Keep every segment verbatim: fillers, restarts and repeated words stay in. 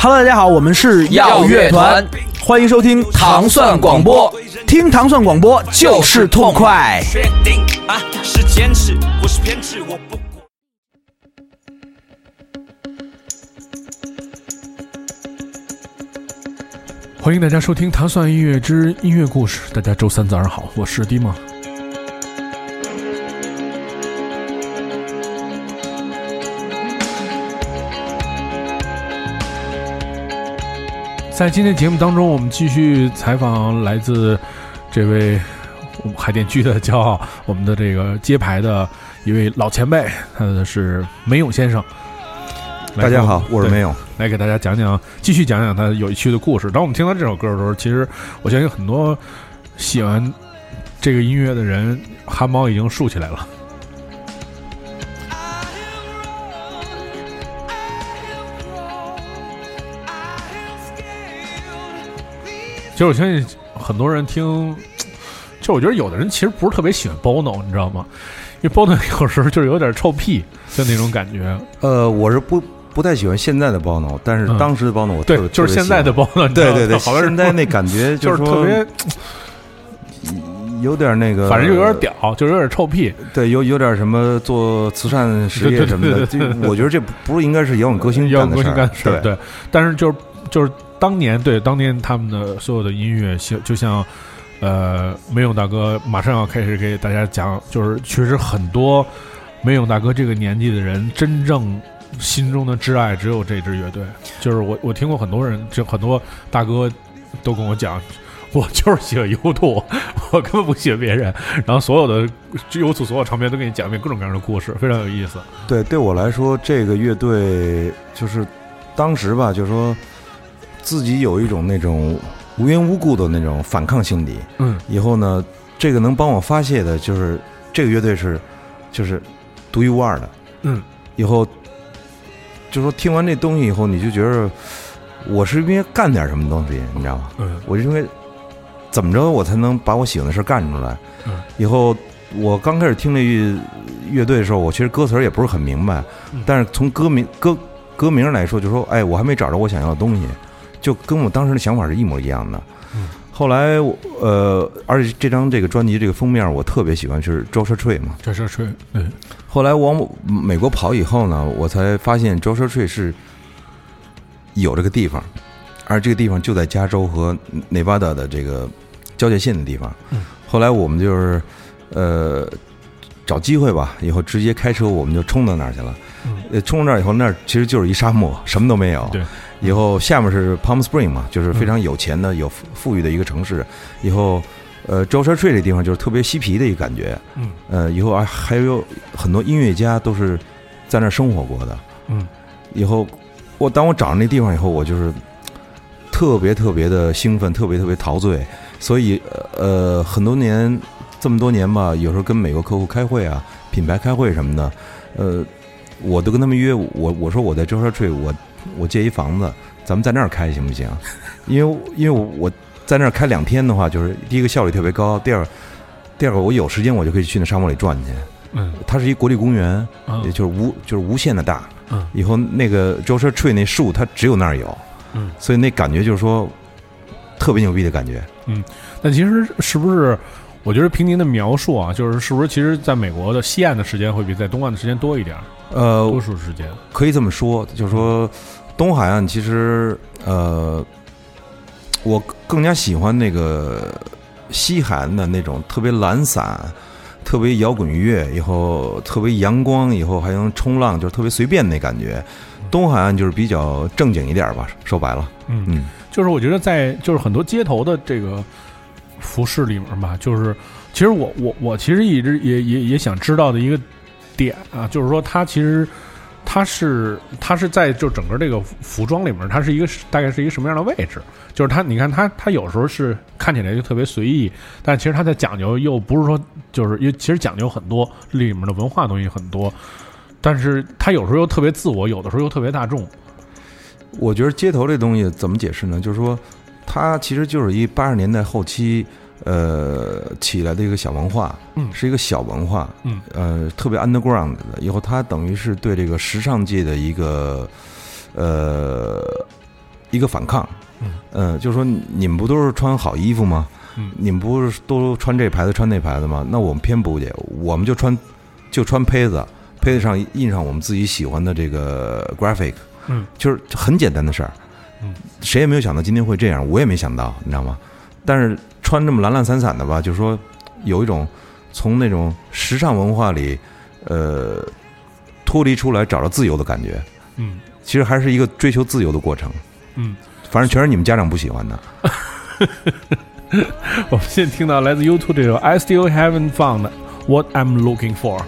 Hello， 大家好，我们是耀乐团， 欢迎收听糖蒜广播， 听糖蒜广播就是痛快。 确定啊，是坚持，不是偏执，我不。 欢迎大家收听糖蒜音乐之音乐故事。大家周三早上好，我是迪梦。在今天节目当中，我们继续采访来自这位海淀区的骄傲，我们的这个街牌的一位老前辈，他是梅勇先生。 大家好，我是梅勇， 来给大家讲讲，继续讲讲他有趣的故事。当我们听到这首歌的时候，其实我相信很多喜欢这个音乐的人，汗毛已经竖起来了。其实我相信很多人听，就我觉得有的人其实不是特别喜欢 Bono， 你知道吗？因为 Bono 有时候就是有点臭屁的那种感觉。 呃，我是不不太喜欢现在的 Bono， 但是当时的 Bono 我特别、 嗯、对，就是现在的 Bono， 对对对， 好像现在那感觉就是特别有点那个， 反正就有点屌，就是有点臭屁。 对，有有点什么做慈善实业什么的， 对对对对对， 我觉得这不是应该是摇滚歌星干的事儿。 对对，但是就是就是当年对当年他们的所有的音乐，就像呃梅勇大哥马上要开始给大家讲，就是确实很多梅勇大哥这个年纪的人真正心中的挚爱只有这支乐队。就是我我听过很多人，就很多大哥都跟我讲，我就是喜欢 U 二，我根本不喜欢别人。然后所有的 U 二所有唱片都给你讲一遍各种各样的故事，非常有意思。 对，对我来说，这个乐队就是当时吧，就是说自己有一种那种无缘无故的那种反抗心理。 嗯， 以后呢，这个能帮我发泄的，就是这个乐队是就是独一无二的。 嗯， 以后就说听完这东西以后，你就觉得我是因为干点什么东西，你知道吗？ 嗯， 我就因为怎么着我才能把我喜欢的事干出来。 嗯， 以后我刚开始听这乐乐队的时候，我其实歌词也不是很明白， 嗯、 但是从歌名歌歌名来说，就说哎，我还没找着我想要的东西，就跟我当时的想法是一模一样的。 嗯， 后来呃，而且这张这个专辑这个封面我特别喜欢，是 Joshua Tree 嘛。 Joshua Tree， 对。 后来往美国跑以后呢，我才发现 Joshua Tree 是有这个地方，而这个地方就在加州和 Nevada 的这个交界线的地方。 嗯， 后来我们就是呃找机会吧，以后直接开车我们就冲到那儿去了。嗯，冲到那儿以后，那儿其实就是一沙漠，什么都没有。 对。 以后下面是 Palm Spring 嘛，就是非常有钱的、有富裕的一个城市。以后，呃 Joshua Tree 这地方就是特别嬉皮的一个感觉。 嗯。 呃，以后还还有很多音乐家都是在那儿生活过的。 嗯。 以后，我当我找到那地方以后，我就是特别特别的兴奋，特别特别陶醉。所以，呃，很多年这么多年吧，有时候跟美国客户开会啊，品牌开会什么的，呃，我都跟他们约，我我说我在 Joshua Tree 我。我借一房子，咱们在那儿开行不行？因为因为我在那儿开两天的话，就是第一个效率特别高，第二，第二个我有时间我就可以去那沙漠里转去。 嗯， 它是一国立公园， 嗯、 也就是无就是无限的大。 嗯， 以后那个 Joshua Tree 那树它只有那儿有。 嗯， 所以那感觉就是说特别牛逼的感觉。 嗯，但其实是不是？我觉得凭您的描述啊，就是是不是其实在美国的西岸的时间会比在东岸的时间多一点？ 呃， 多数时间可以这么说，就是说东海岸其实呃，我更加喜欢那个西海岸的那种特别懒散、特别摇滚乐，以后特别阳光，以后还能冲浪，就是特别随便那感觉。东海岸就是比较正经一点吧，说白了， 嗯嗯，就是我觉得在就是很多街头的这个服饰里面吧，就是其实我我我其实一直也也也想知道的一个点啊，就是说它其实它是它是在就整个这个服装里面，它是一个大概是一个什么样的位置？就是它，你看它它有时候是看起来就特别随意，但其实它在讲究又不是说就是因为其实讲究很多，里面的文化东西很多，但是它有时候又特别自我，有的时候又特别大众。 我觉得街头这东西怎么解释呢？就是说它其实就是一八十年代后期呃起来的一个小文化， 嗯， 是一个小文化， 嗯， 呃，特别 underground 的。以后它等于是对这个时尚界的一个呃一个反抗。嗯，呃，就是说你们不都是穿好衣服吗？嗯，你们不是都穿这牌子穿那牌子吗？那我们偏不去，我们就穿就穿胚子，胚子上印上我们自己喜欢的这个 graphic。嗯，就是很简单的事儿。嗯，谁也没有想到今天会这样，我也没想到，你知道吗？但是穿这么懒懒散散的吧，就是说有一种从那种时尚文化里，呃，脱离出来，找到自由的感觉。嗯，其实还是一个追求自由的过程。嗯，反正全是你们家长不喜欢的。 我们现在听到来自 YouTube 这首 I Still Haven't Found What I'm Looking For。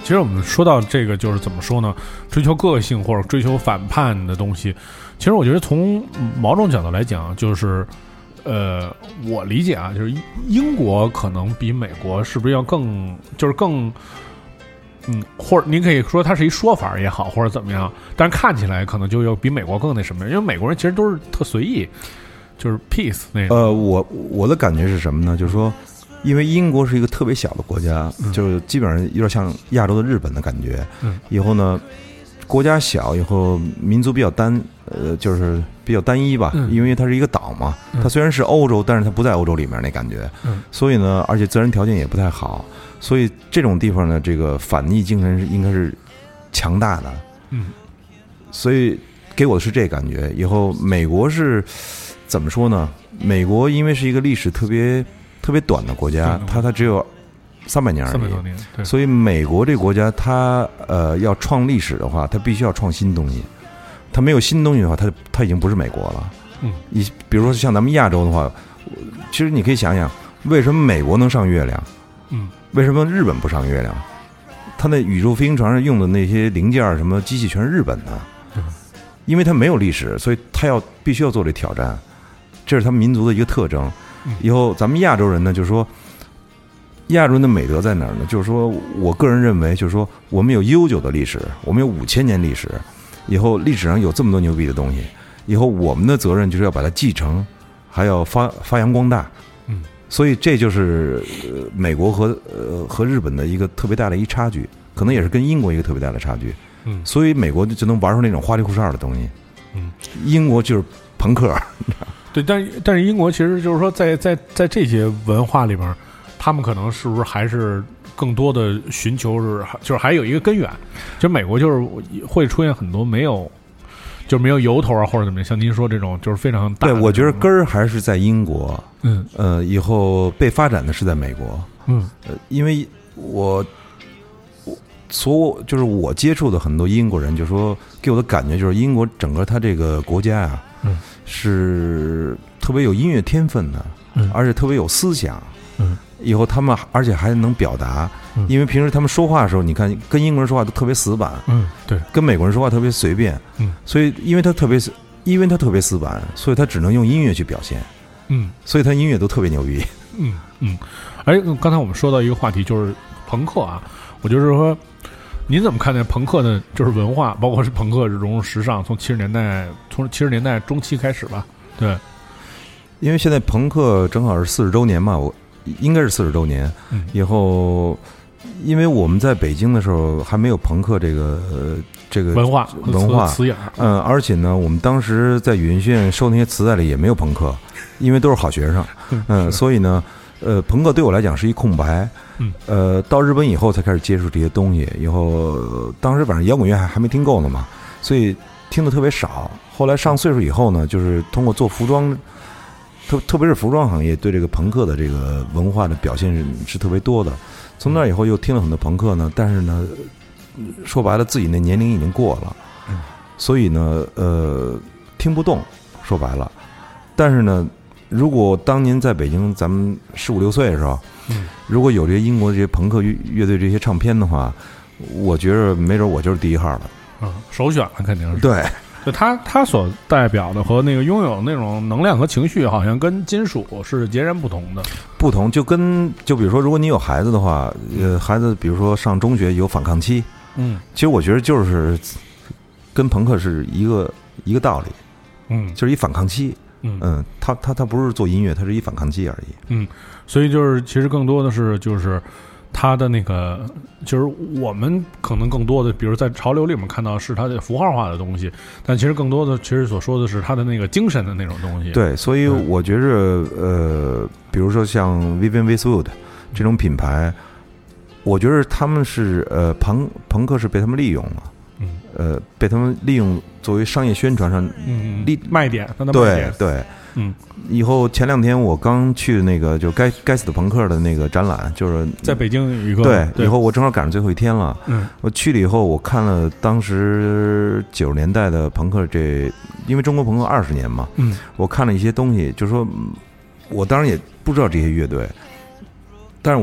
其实我们说到这个，就是怎么说呢？追求个性或者追求反叛的东西，其实我觉得从某种角度来讲，就是呃，我理解啊，就是英国可能比美国是不是要更，就是更。嗯，或者您可以说它是一说法也好，或者怎么样，但是看起来可能就要比美国更那什么，因为美国人其实都是特随意，就是 peace 那种。 呃，我我的感觉是什么呢？就是说，因为英国是一个特别小的国家，嗯、就是基本上有点像亚洲的日本的感觉。嗯，以后呢，国家小，以后民族比较单，呃，就是比较单一吧，嗯、因为它是一个岛嘛。嗯、它虽然是欧洲，但是它不在欧洲里面那感觉。嗯，所以呢，而且自然条件也不太好。所以这种地方呢，这个反逆精神是应该是强大的，嗯，所以给我的是这感觉。以后美国是怎么说呢？美国因为是一个历史特别特别短的国家，它它只有三百年而已，三百多年，对。所以美国这个国家，它呃要创历史的话，它必须要创新东西。它没有新东西的话，它它已经不是美国了。嗯，你比如说像咱们亚洲的话，其实你可以想想，为什么美国能上月亮？嗯。为什么日本不上月亮？他那宇宙飞行船上用的那些零件什么机器全是日本的，因为他没有历史，所以他要必须要做这挑战，这是他们民族的一个特征。以后咱们亚洲人呢，就是说亚洲人的美德在哪儿呢？就是说我个人认为，就是说我们有悠久的历史，我们有五千年历史，以后历史上有这么多牛逼的东西，以后我们的责任就是要把它继承，还要发发扬光大。嗯。所以这就是呃美国和呃和日本的一个特别大的一差距，可能也是跟英国一个特别大的差距。嗯，所以美国就能玩出那种花里胡哨的东西。嗯，英国就是朋克。 对，但是但是英国其实就是说在，在在在这些文化里边，他们可能是不是还是更多的寻求是就是还有一个根源，就美国就是会出现很多没有。就没有由头啊，或者怎么样？像您说这种，就是非常大的。 对，我觉得根儿还是在英国。嗯，呃，以后被发展的是在美国。嗯，呃，因为我我所就是我接触的很多英国人，就说给我的感觉就是英国整个它这个国家啊，嗯，是特别有音乐天分的，嗯，而且特别有思想。嗯，以后他们而且还能表达，嗯、因为平时他们说话的时候，你看跟英国人说话都特别死板， 嗯，对， 跟美国人说话特别随便，嗯，所以因为他特别因为他特别死板，所以他只能用音乐去表现，嗯，所以他音乐都特别牛逼， 嗯嗯。哎，刚才我们说到一个话题，就是朋克啊，我就是说，您怎么看待朋克的，就是文化，包括是朋克融入时尚，从七十年代从七十年代中期开始吧，对， 因为现在朋克正好是四十周年嘛，我。应该是四十周年，以后，因为我们在北京的时候还没有朋克这个呃这个文化文化词眼， 嗯，而且呢，我们当时在语言学院收那些磁带里也没有朋克，因为都是好学生，嗯，所以呢，呃，朋克对我来讲是一空白，嗯，呃，到日本以后才开始接触这些东西，以后当时反正摇滚乐还还没听够呢嘛，所以听的特别少。后来上岁数以后呢，就是通过做服装。特特别是服装行业对这个朋克的这个文化的表现是是特别多的，从那以后又听了很多朋克呢，但是呢，说白了自己那年龄已经过了，所以呢，呃，听不动，说白了。但是呢，如果当年在北京咱们十五六岁的时候，如果有这些英国这些朋克乐乐队这些唱片的话，我觉得没准我就是第一号了， 嗯，首选了肯定是。 对。 就他他所代表的和那个拥有那种能量和情绪，好像跟金属是截然不同的。 不同，就跟就比如说，如果你有孩子的话，呃，孩子比如说上中学有反抗期，嗯，其实我觉得就是跟朋克是一个一个道理，嗯，就是一反抗期，嗯嗯，他他他不是做音乐，他是一反抗期而已， 嗯，所以就是其实更多的是就是。他的那个就是我们可能更多的，比如在潮流里面看到是他的符号化的东西，但其实更多的其实所说的是他的那个精神的那种东西。 对，所以我觉着呃，比如说像 Vivienne Westwood 这种品牌，我觉得他们是呃朋朋克是被他们利用了，嗯，呃，被他们利用作为商业宣传上， 嗯，利卖点，他的卖点，对对。嗯，以后前两天我刚去那个就该该死的朋克的那个展览，就是在北京有一个对，对以后我正好赶上最后一天了。嗯，我去了以后，我看了当时九十年代的朋克这，因为中国朋克二十年嘛，嗯，我看了一些东西，就是说我当然也不知道这些乐队，但是我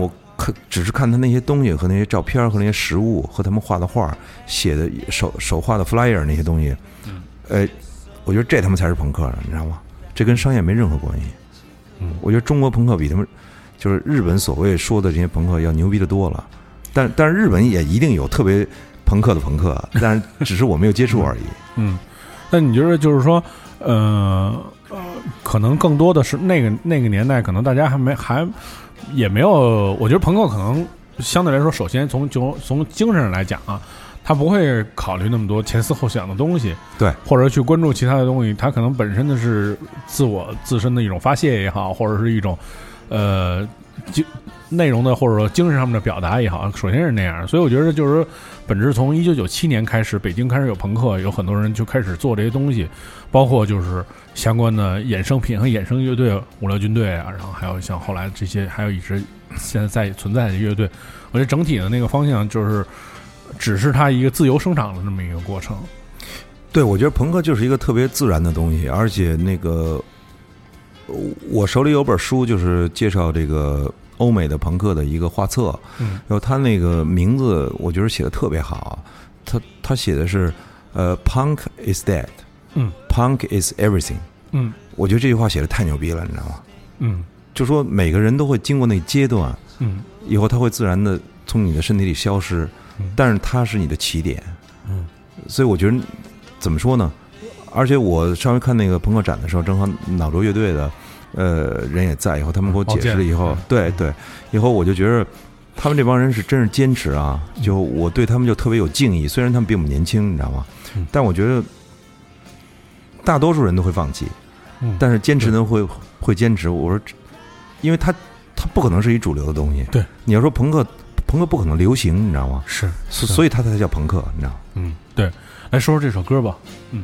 看只是看他那些东西和那些照片和那些实物和他们画的画写的手手画的 flyer 那些东西，嗯，呃，我觉得这他们才是朋克呢，你知道吗？这跟商业没任何关系。嗯，我觉得中国朋克比他们就是日本所谓说的这些朋克要牛逼的多了，但但是日本也一定有特别朋克的朋克，但是只是我没有接触而已。 嗯，那你觉得就是说，呃呃，可能更多的是那个那个年代，可能大家还没还也没有，我觉得朋克可能相对来说，首先从就从精神上来讲啊，他不会考虑那么多前思后想的东西， 对， 或者去关注其他的东西，他可能本身的是自我自身的一种发泄也好，或者是一种呃精内容的或者说精神上面的表达也好，首先是那样。所以我觉得就是说本质从一九九七年开始，北京开始有朋克，有很多人就开始做这些东西，包括就是相关的衍生品和衍生乐队，五六军队啊，然后还有像后来这些，还有一直现在在存在的乐队，我觉得整体的那个方向就是只是它一个自由生长的这么一个过程。 对，我觉得朋克就是一个特别自然的东西，而且那个我手里有本书，就是介绍这个欧美的朋克的一个画册，嗯，然后他那个名字我觉得写的特别好，他他写的是呃 Punk is dead， 嗯 ，Punk is everything， 嗯，我觉得这句话写的太牛逼了，你知道吗？嗯，就说每个人都会经过那个阶段，嗯，以后他会自然的从你的身体里消失，嗯，但是它是你的起点，嗯，所以我觉得怎么说呢？而且我上回看那个朋克展的时候，正好脑浊乐队的呃人也在，以后他们给我解释了以后，对对，以后我就觉得他们这帮人是真是坚持啊，就我对他们就特别有敬意。虽然他们比我们年轻，你知道吗？但我觉得大多数人都会放弃，但是坚持的会会坚持。我说，因为他他不可能是一主流的东西。对，你要说朋克，朋克不可能流行，你知道吗？是，所以他才叫朋克，你知道吗？嗯， 对。来说说这首歌吧，嗯。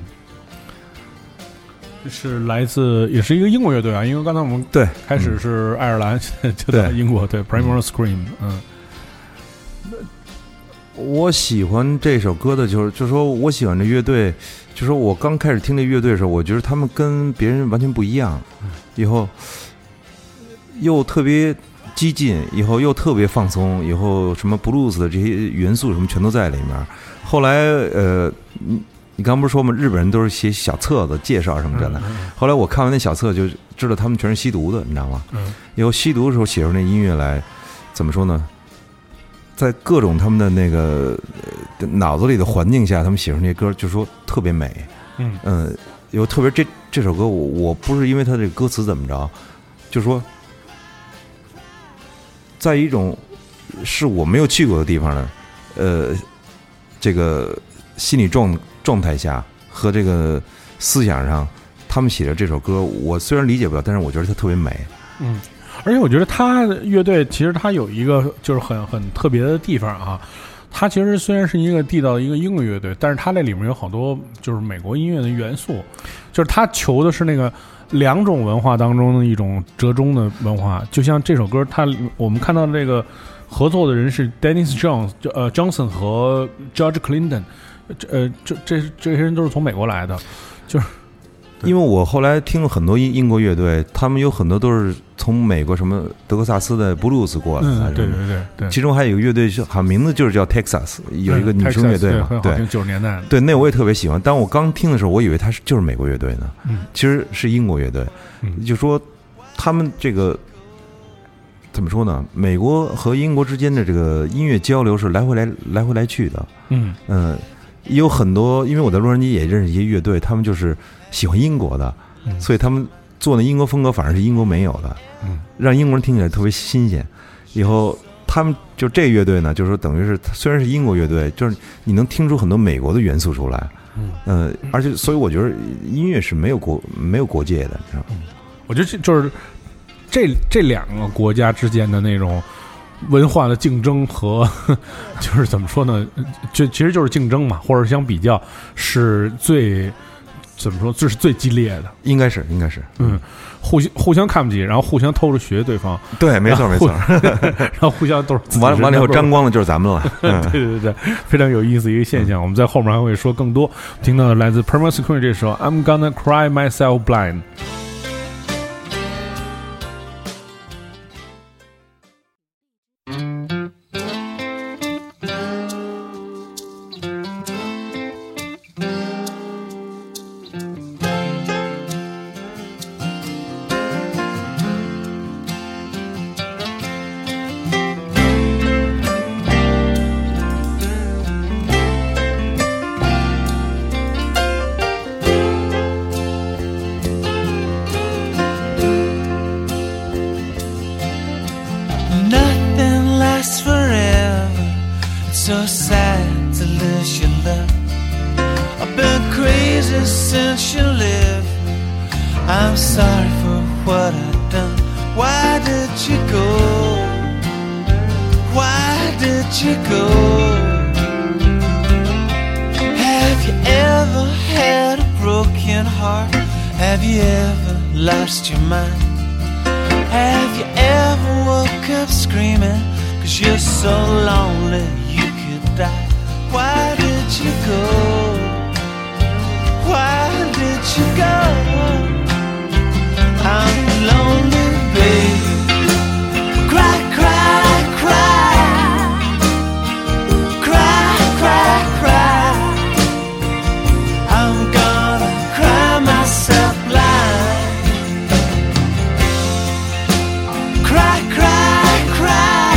是来自也是一个英国乐队啊，因为刚才我们对开始是爱尔兰，嗯、就在英国，对 Primal Scream， 嗯， 我喜欢这首歌的就是就是说我喜欢这乐队，就是说我刚开始听这乐队的时候，我觉得他们跟别人完全不一样，以后又特别激进，以后又特别放松，以后什么 blues 的这些元素什么全都在里面。后来呃。你刚不是说嘛，日本人都是写小册子介绍什么的，后来我看完那小册就知道他们全是吸毒的，你知道吗？以后吸毒的时候写出那音乐来，怎么说呢？在各种他们的那个脑子里的环境下，他们写出那歌，就说特别美。嗯嗯，有特别这这首歌我，我我不是因为它这个歌词怎么着，就说在一种是我没有去过的地方呢，呃，这个心理状状态下和这个思想上，他们写的这首歌，我虽然理解不了，但是我觉得它特别美。 嗯，而且我觉得他乐队其实他有一个就是很很特别的地方啊。他其实虽然是一个地道的一个英国乐队，但是他那里面有好多就是美国音乐的元素，就是他求的是那个两种文化当中的一种折中的文化。就像这首歌，他我们看到这个合作的人是 Dennis Jones 呃 Johnson 和 George Clinton。呃，这这这些人都是从美国来的，就是因为我后来听了很多英英国乐队，他们有很多都是从美国什么德克萨斯的布鲁斯过来的， 嗯，对对对对， 其中还有一个乐队好像名字就是叫 Texas， 有一个女生乐队嘛， 嗯、对，九十年代， 对，那我也特别喜欢。当我刚听的时候，我以为他是就是美国乐队呢，嗯，其实是英国乐队，嗯，就说他们这个怎么说呢？美国和英国之间的这个音乐交流是来回来来回来去的，嗯嗯。呃也有很多，因为我在洛杉矶也认识一些乐队，他们就是喜欢英国的，嗯、所以他们做的英国风格反而是英国没有的，嗯，让英国人听起来特别新鲜。以后他们就这乐队呢，就是说等于是虽然是英国乐队，就是你能听出很多美国的元素出来，嗯，呃，而且所以我觉得音乐是没有国没有国界的，你知道吗？嗯、 我觉得就是这这两个国家之间的那种文化的竞争和就是怎么说呢，就其实就是竞争嘛，或者相比较是最怎么说，这是最激烈的， 应该是应该是嗯，互相互相看不起，然后互相偷着学对方， 对，没错没错， 然后互相都是完完了以后沾光的就是咱们了， 嗯、对对对，非常有意思一个现象。嗯、我们在后面还会说更多。听到的来自 Primal Scream 这首 I'm Gonna Cry Myself Blind。 so sad to lose your love. I've been crazy since you left. I'm sorry for what I've done. Why did you go? Why did you go? Have you ever had a broken heart? Have you ever lost your mind? Have you ever woke up screaming 'cause you're so lonely you could die? Why did you go? Why did you go? I'm lonely, baby. Cry, cry, cry. Cry, cry, cry. I'm gonna cry myself blind. Cry, cry, cry.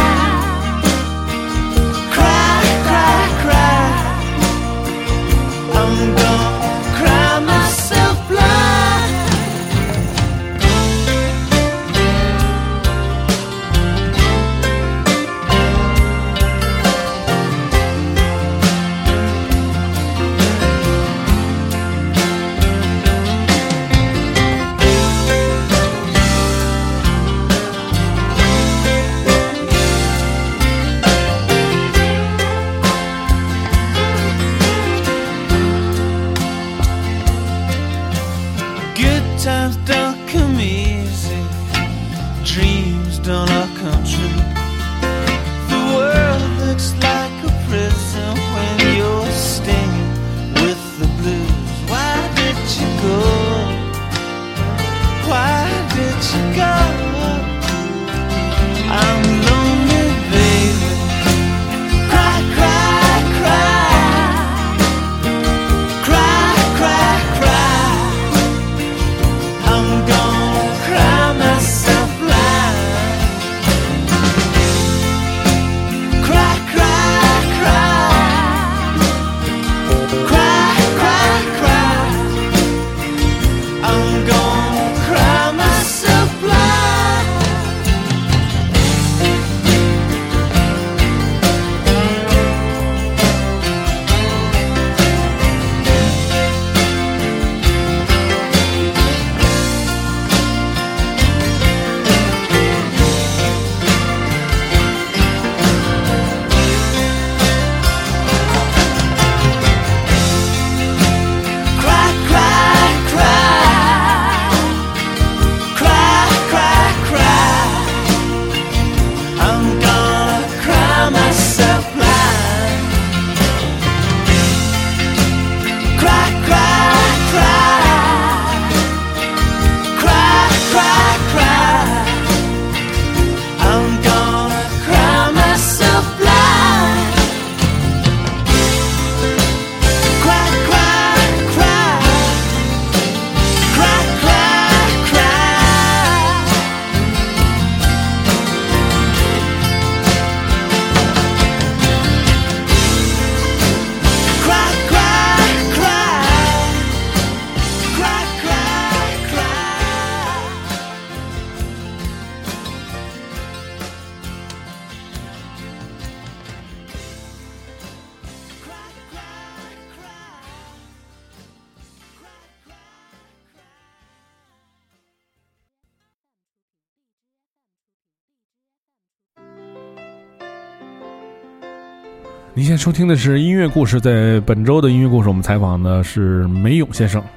Cry, cry, cry. I'm gonna cry myself blind. Good times don't come easy. Dreams don't all come true. The world looks like a prison when you're stinging with the blues. Why did you go? Why did you go? I'm lonely, baby. Cry, cry, cry. Cry, cry, cry. I'm gonna cry myself blind. Cry, cry, cry. Cry, cry, cry. I'm gonna cry myself blind. Cry, cry, cry. Cry, cry, cry. I'm gonna cry myself blind. Cry, cry, cry. Cry, cry, cry. I'm gonna cry myself blind. Cry, cry, cry. Cry, cry, cry. Cry, cry, cry. Cry, cry, cry. 您现在收听的是音乐故事，在本周的音乐故事，我们采访的是梅勇先生。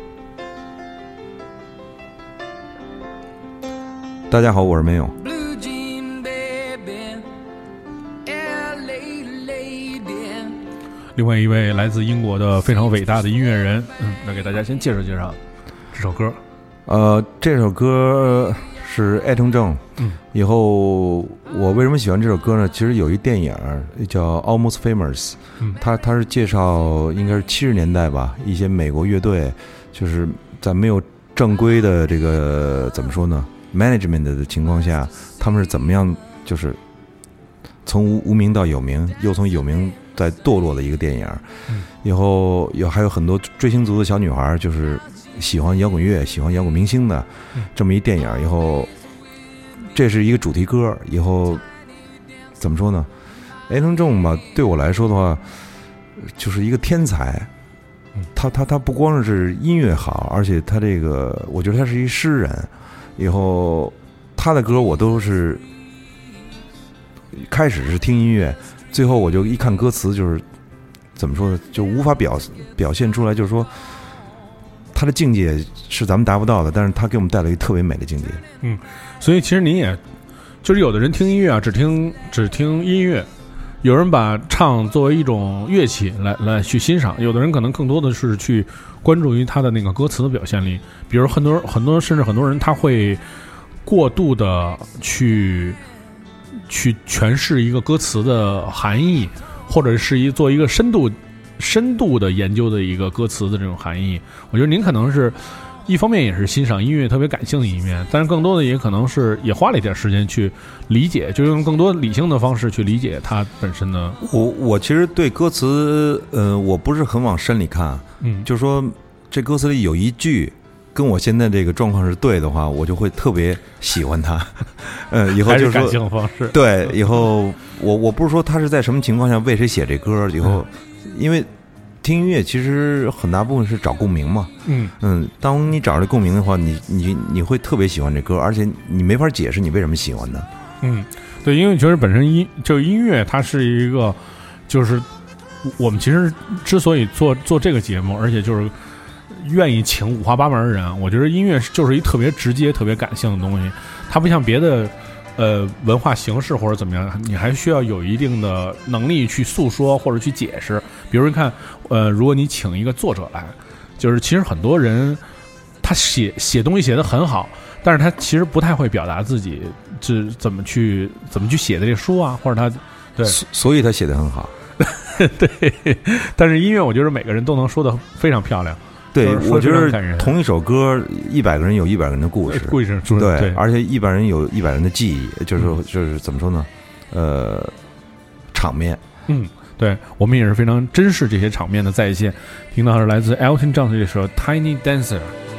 大家好，我是梅勇。 Blue jean baby, L A lady. 另外一位来自英国的非常伟大的音乐人，嗯，来给大家先介绍介绍这首歌。 呃，这首歌是艾腾正。 嗯， 以后我为什么喜欢这首歌呢？其实有一电影叫《Almost Famous》， 嗯， 它它是介绍应该是七十年代吧，一些美国乐队，就是在没有正规的这个怎么说呢 management 的情况下，他们是怎么样就是从无无名到有名，又从有名再堕落的一个电影。 嗯， 以后有还有很多追星族的小女孩，就是喜欢摇滚乐、喜欢摇滚明星的这么一电影。以后这是一个主题歌，以后怎么说呢？ Elton John 吧，对我来说的话，就是一个天才。他他他不光是音乐好，而且他这个，我觉得他是一诗人。以后他的歌我都是开始是听音乐，最后我就一看歌词，就是怎么说呢，就无法表表现出来，就是说他的境界是咱们达不到的，但是他给我们带来一个特别美的境界。 嗯，所以其实您也就是有的人听音乐啊，只听只听音乐。有人把唱作为一种乐器来来去欣赏，有的人可能更多的是去关注于他的那个歌词的表现力。比如很多很多甚至很多人他会过度的去去诠释一个歌词的含义，或者是一做一个深度深度的研究的一个歌词的这种含义。我觉得您可能是一方面也是欣赏音乐特别感性的一面，但是更多的也可能是也花了一点时间去理解，就用更多理性的方式去理解它本身的。 我我其实对歌词，呃，我不是很往深里看， 嗯， 就是说这歌词里有一句跟我现在这个状况是对的话，我就会特别喜欢它。呃，以后就是说还是感性的方式。 对，以后我我不是说他是在什么情况下为谁写这歌，以后、嗯、因为。听音乐其实很大部分是找共鸣嘛， 嗯嗯，当你找着共鸣的话，你你你会特别喜欢这歌，而且你没法解释你为什么喜欢它。 嗯，对，因为觉得本身音就音乐它是一个，就是我们其实之所以做做这个节目，而且就是愿意请五花八门的人，我觉得音乐就是一特别直接、特别感性的东西，它不像别的。呃，文化形式或者怎么样，你还需要有一定的能力去诉说或者去解释。比如你看，呃，如果你请一个作者来，就是其实很多人他写写东西写得很好，但是他其实不太会表达自己是怎么去怎么去写的这书啊，或者他对， 所以他写得很好。 对，但是音乐我觉得每个人都能说得非常漂亮。 对，我觉得同一首歌，一百个人有一百个人的故事， 故事对， 对， 而且一百人有一百人的记忆，就是、嗯、就是怎么说呢？呃，场面， 嗯，对，我们也是非常珍视这些场面的再现。听到是来自 Elton John 这首《Tiny Dancer》。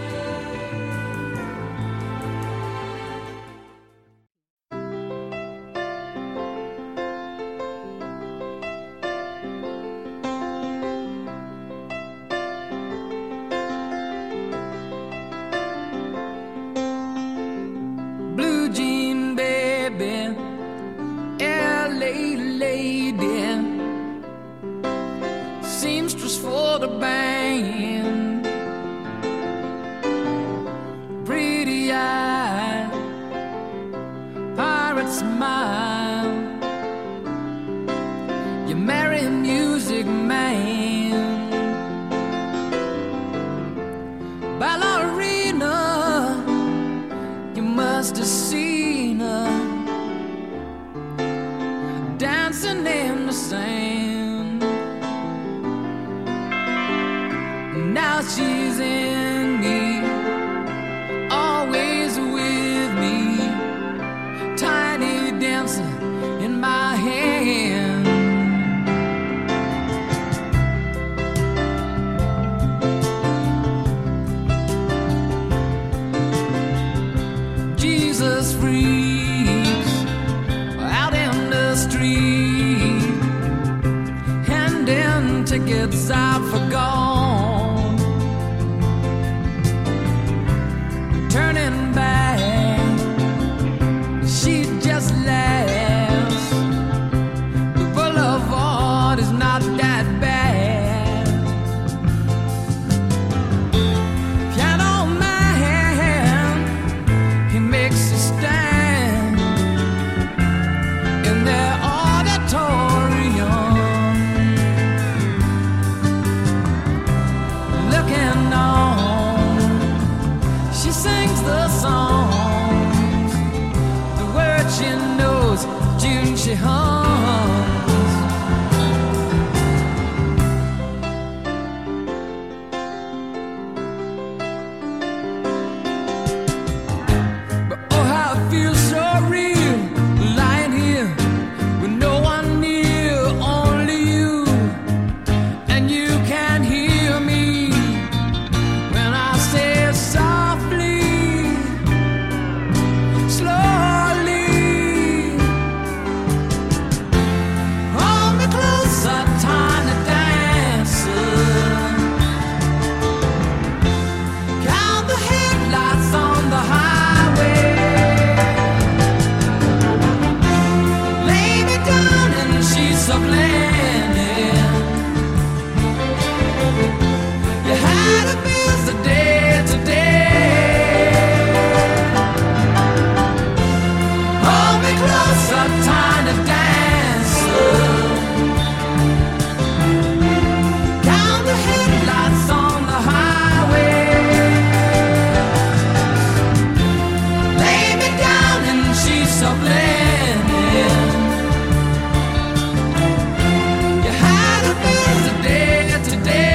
Tickets I've forgone, turning back, she just laughs. The boulevard is not that bad. Piano man, he makes a stand in their auditorium. She sings the songs, the words she knows, June she hums. But oh, how it feels so real, lying here with no one near, only you, and you can hear me when I say softly, slowly. sheets of linen. You had to miss the day today. Hold me closer, tiny dancer. Count the headlights on the highway. Lay me down in sheets of linen. You had to miss the day today.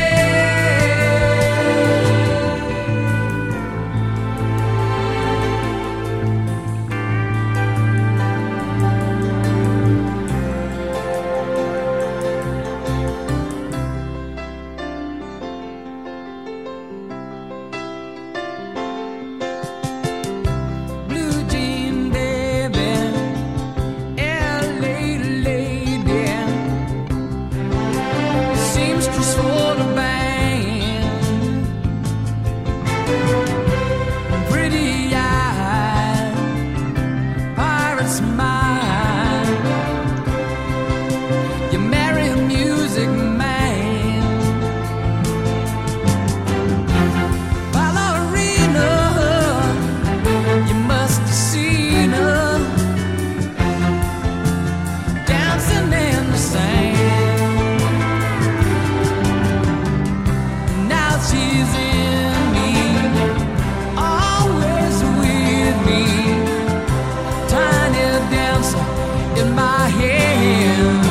Blue jean baby, L A lady, seamstress for the band, pretty eyed, pirate smile. You marry a music man, ballerina. You must have seen her dancing in the sand. Now she's in me, always with me. Tiny dancer in my hand.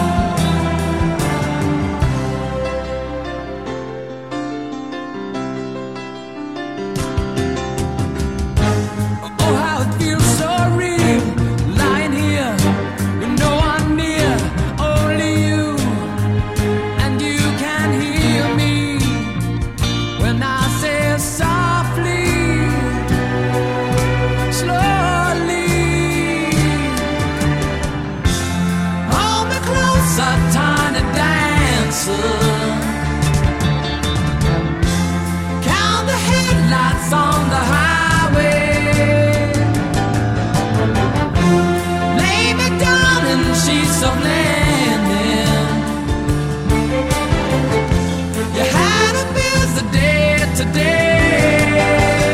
Oh, how it feels so real, lying here with no one near, only you, and you can hear me when I say softly, slowly. Hold me closer, tiny dancer. Count the headlights on the highway. Lay me down in sheets of linen. You had a busy day today.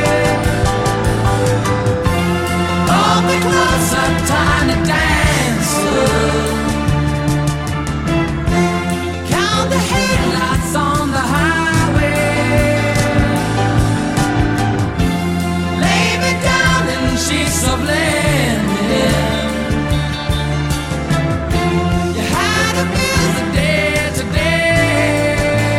Hold me closer, tiny dancer. Count the headlights on the highway. Lay me down in sheets of linen. You had a busy day today.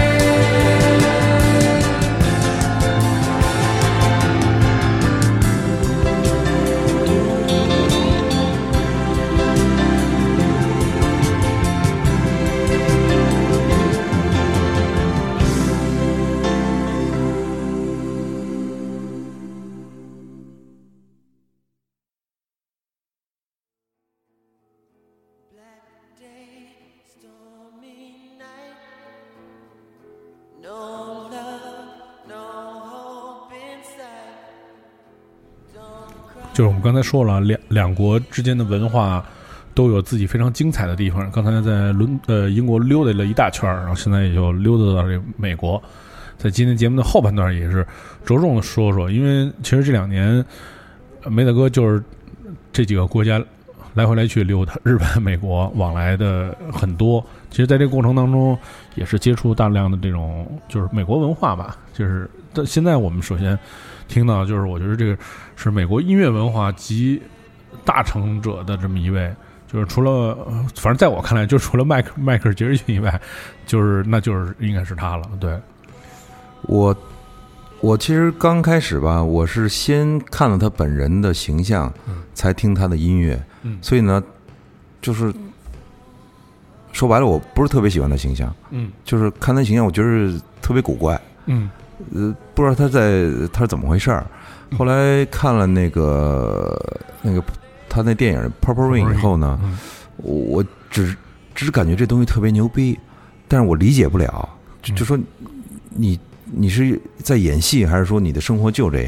No love, no hope inside. Don't cry. 就是我们刚才说了，两两国之间的文化都有自己非常精彩的地方。刚才在伦呃英国溜达了一大圈，然后现在也就溜达到这个美国。在今天节目的后半段也是着重的说说，因为其实这两年梅大哥就是这几个国家来回来去溜达，日本、美国往来的很多。其实，在这个过程当中，也是接触大量的这种就是美国文化吧。就是但现在我们首先听到，就是我觉得这个是美国音乐文化集大成者的这么一位。就是除了，反正在我看来，就除了迈克迈克尔·杰克逊以外，就是那就是应该是他了。对， 我我其实刚开始吧，我是先看了他本人的形象， 嗯、 才听他的音乐。 嗯， 所以呢，就是说白了，我不是特别喜欢他形象。 嗯， 就是看他形象，我觉得特别古怪。 嗯， 呃，不知道他在他是怎么回事儿。后来看了那个那个他那电影《Purple Rain》以后呢， 嗯、 我我只只感觉这东西特别牛逼，但是我理解不了，就就说你你是在演戏，还是说你的生活就这样？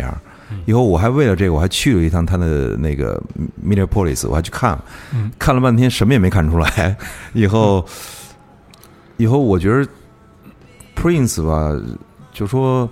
以后我还为了这个，我还去了一趟他的那个 Minneapolis， 我还去看了， 嗯、 看了半天什么也没看出来。以后，以后我觉得 Prince 吧，就说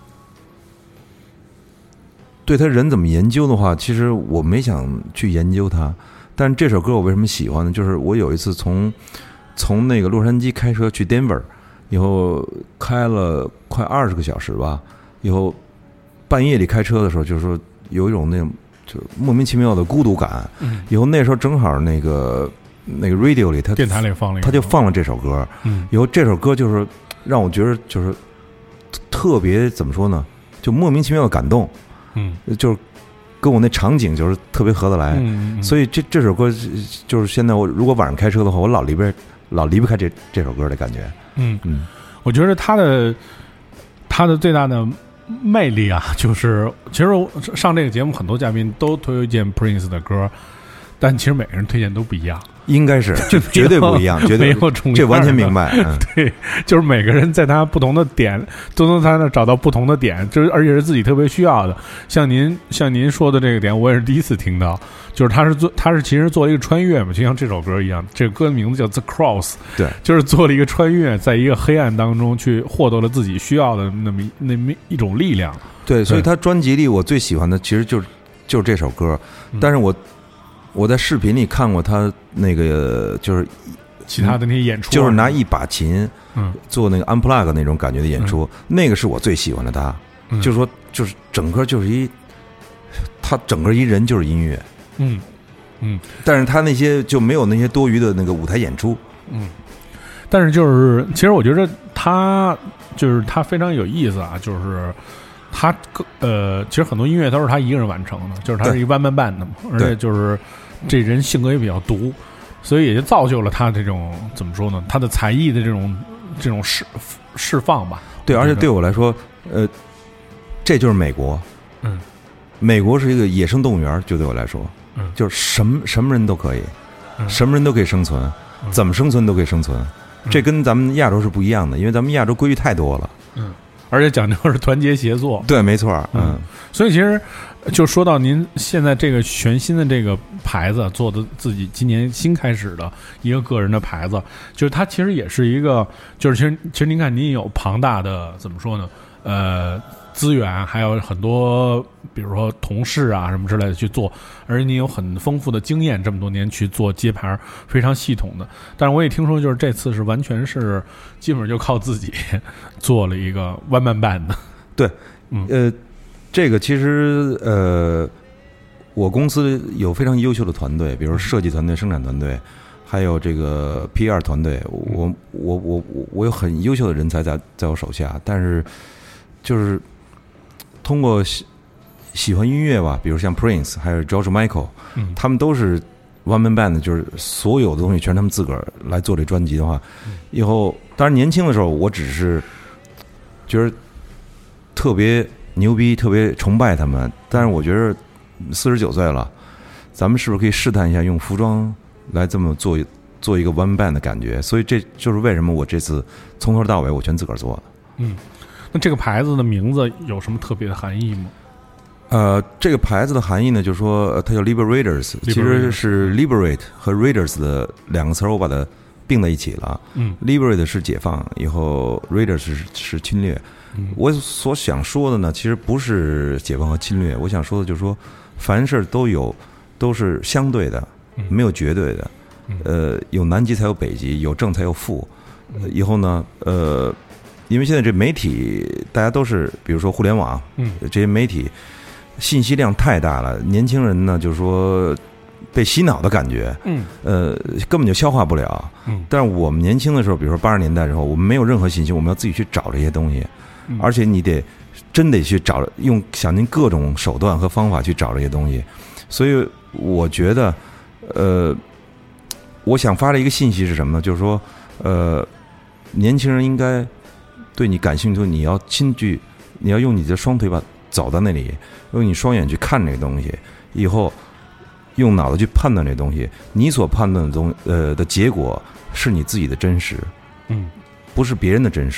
对他人怎么研究的话，其实我没想去研究他。但是这首歌我为什么喜欢呢？就是我有一次从从那个洛杉矶开车去 Denver， 以后开了快二十个小时吧，以后。半夜里开车的时候，就是说有一种那种就是莫名其妙的孤独感。嗯，以后那时候正好那个那个 radio 里，他电台里放了， 他就放了这首歌。嗯，以后这首歌就是让我觉得就是特别怎么说呢，就莫名其妙的感动。嗯，就是跟我那场景就是特别合得来。嗯嗯，所以这这首歌就是现在我如果晚上开车的话，我老离不老离不开这这首歌的感觉。 嗯嗯，我觉得他的他的最大的魅力啊，就是其实上这个节目很多嘉宾都推荐 Prince 的歌，但其实每个人推荐都不一样， 应该是就绝对不一样，绝对没有重， 这完全明白。嗯、 对，就是每个人在他不同的点都能在那找到不同的点，就是而且是自己特别需要的。像您像您说的这个点，我也是第一次听到，就是他是做他是其实做了一个穿越嘛，就像这首歌一样，这个歌的名字叫 The Cross， 对， 就是做了一个穿越，在一个黑暗当中去获得了自己需要的那么那么一种力量。 对，所以他专辑里我最喜欢的其实就是就是这首歌，但是我。我在视频里看过他那个，就是其他的那些演出， 就是拿一把琴，嗯，做那个 unplug 那种感觉的演出，嗯、那个是我最喜欢的他。嗯、就是说，就是整个就是一，他整个一人就是音乐， 嗯嗯， 但是他那些就没有那些多余的那个舞台演出， 嗯，但是就是其实我觉得他就是他非常有意思啊，就是。他呃，其实很多音乐都是他一个人完成的，就是他是一个 one man band 的嘛，而且就是这人性格也比较独，所以也就造就了他这种怎么说呢？他的才艺的这种这种释释放吧。 对，而且对我来说，呃，这就是美国， 嗯， 美国是一个野生动物园，就对我来说，嗯，就是什么什么人都可以，嗯、什么人都可以生存，嗯、怎么生存都可以生存，嗯、这跟咱们亚洲是不一样的，因为咱们亚洲规矩太多了， 嗯。而且讲究是团结协作， 对，没错， 嗯，所以其实就说到您现在这个全新的这个牌子做的自己今年新开始的一个个人的牌子，就是它其实也是一个，就是其实其实您看您有庞大的怎么说呢，呃，资源，还有很多比如说同事啊什么之类的去做，而你有很丰富的经验，这么多年去做街牌非常系统的。但是我也听说，就是这次是完全是基本上就靠自己做了一个 one man band 的。 对，嗯，呃，这个其实呃，我公司有非常优秀的团队，比如设计团队、生产团队，还有这个 P R 团队。我我我我我有很优秀的人才在在我手下，但是就是通过喜喜欢音乐吧，比如像 Prince 还有 George Michael，嗯，他们都是 one man band， 就是所有的东西全是他们自个儿来做这专辑的话，嗯、以后当然年轻的时候我只是觉得特别牛逼，特别崇拜他们，但是我觉得四十九岁了，咱们是不是可以试探一下用服装来这么做做一个 one band 的感觉？所以这就是为什么我这次从头到尾我全自个儿做的。 嗯，那这个牌子的名字有什么特别的含义吗？ 呃，这个牌子的含义呢，就是说它叫 Liberators， 其实是 Liberate 和 Raiders 的两个词儿，我把它并在一起了。嗯 ，Liberate 是解放，以后 Raiders 是是侵略。嗯、我所想说的呢，其实不是解放和侵略，我想说的就是说，凡事都有都是相对的，没有绝对的。呃，有南极才有北极，有正才有负。呃、以后呢，呃，因为现在这媒体大家都是，比如说互联网，嗯，这些媒体信息量太大了，年轻人呢就是说被洗脑的感觉，嗯，呃，根本就消化不了。嗯，但是我们年轻的时候，比如说八十年代的时候，我们没有任何信息，我们要自己去找这些东西，嗯、而且你得真得去找，用想尽各种手段和方法去找这些东西。所以我觉得，呃，我想发的一个信息是什么呢？就是说，呃，年轻人应该对你感兴趣，你要亲去，你要用你的双腿把走到那里，用你双眼去看这个东西，以后用脑子去判断这东西，你所判断的东呃的结果是你自己的真实，嗯，不是别人的真实，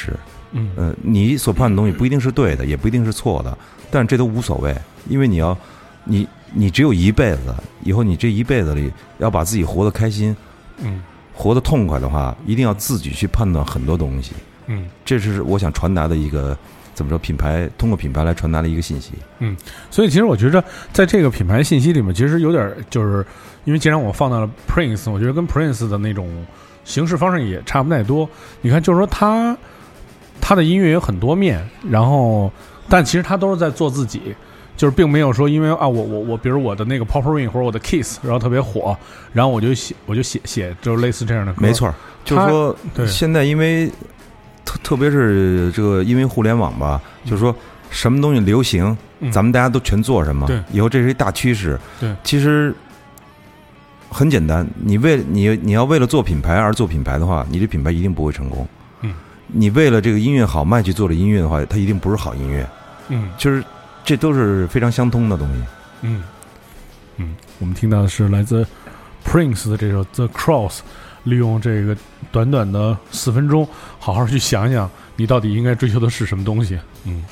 嗯呃，你所判的东西不一定是对的，也不一定是错的，但这都无所谓，因为你要，你你只有一辈子，以后你这一辈子里要把自己活得开心， 嗯， 活得痛快的话，一定要自己去判断很多东西， 嗯， 这是我想传达的一个怎么说品牌，通过品牌来传达的一个信息。 嗯，所以其实我觉得在这个品牌信息里面，其实有点就是因为既然我放到了 Prince， 我觉得跟 Prince 的那种形式方式也差不太多。你看，就是说他他的音乐有很多面，然后但其实他都是在做自己，就是并没有说因为啊我我我比如我的那个 Purple Rain 或者我的 Kiss 然后特别火，然后我就写我就写写就是类似这样的歌。 没错，就是说现在因为特特别是这个因为互联网吧，嗯、就是说什么东西流行，嗯、咱们大家都全做什么， 对， 以后这是一大趋势。 对， 其实很简单，你为你你要为了做品牌而做品牌的话，你这品牌一定不会成功。 嗯， 你为了这个音乐好卖去做的音乐的话，它一定不是好音乐。 嗯， 就是这都是非常相通的东西。 嗯嗯，我们听到的是来自 Prince 的这首 The Cross， 利用这个短短的四分钟，好好去想想你到底应该追求的是什么东西。嗯。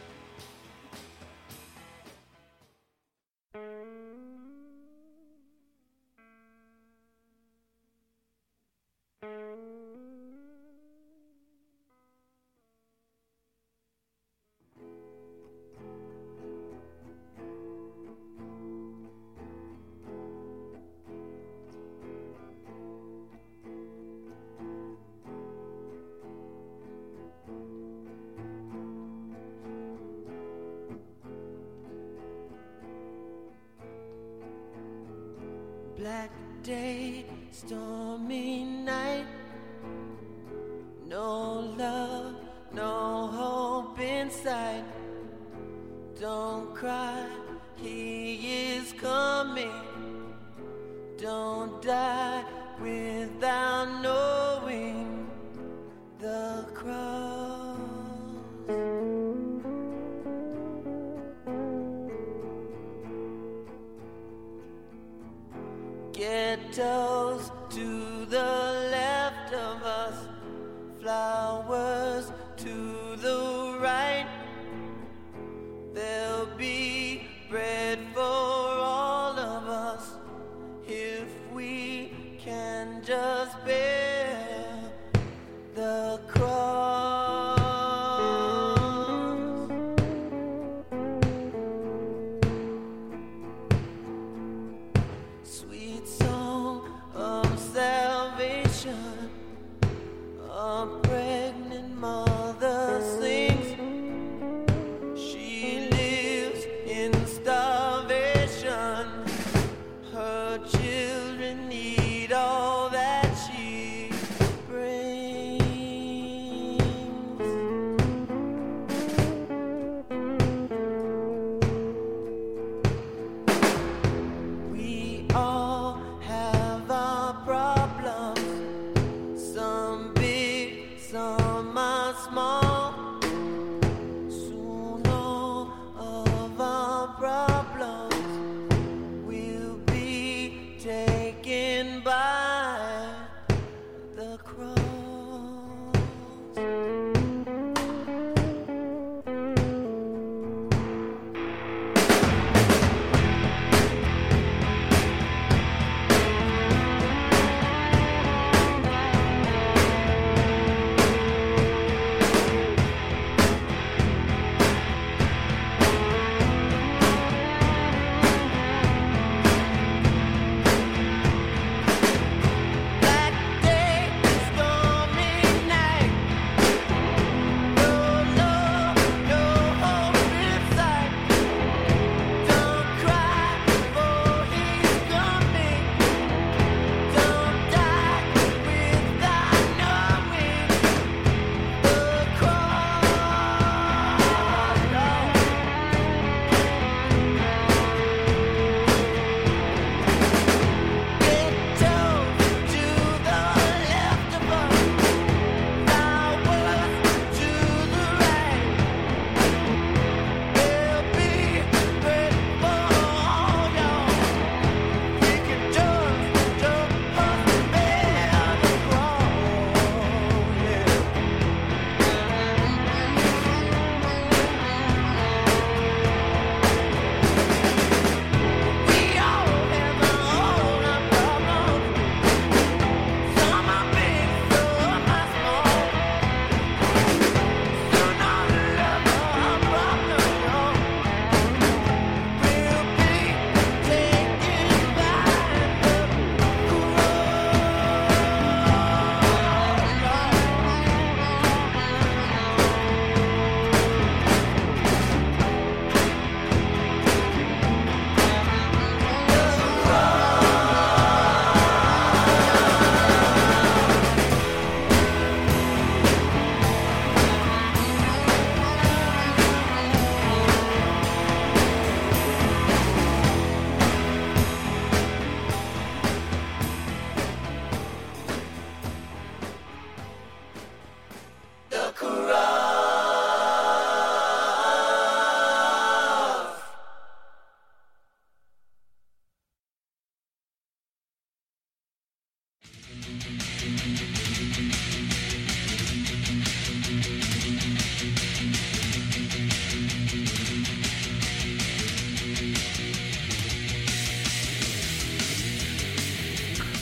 Black day, stormy night. No love, no hope inside. Don't cry, he is coming. Don't die without knowing the cross. Ghettos to the left of us, flowers to the right. There'll be bread for all of us if we can just bear the cross. Sweet song of salvation, a pregnant mother sings. She lives in starvation. Her children need all that she brings. We all have our problems, some big, some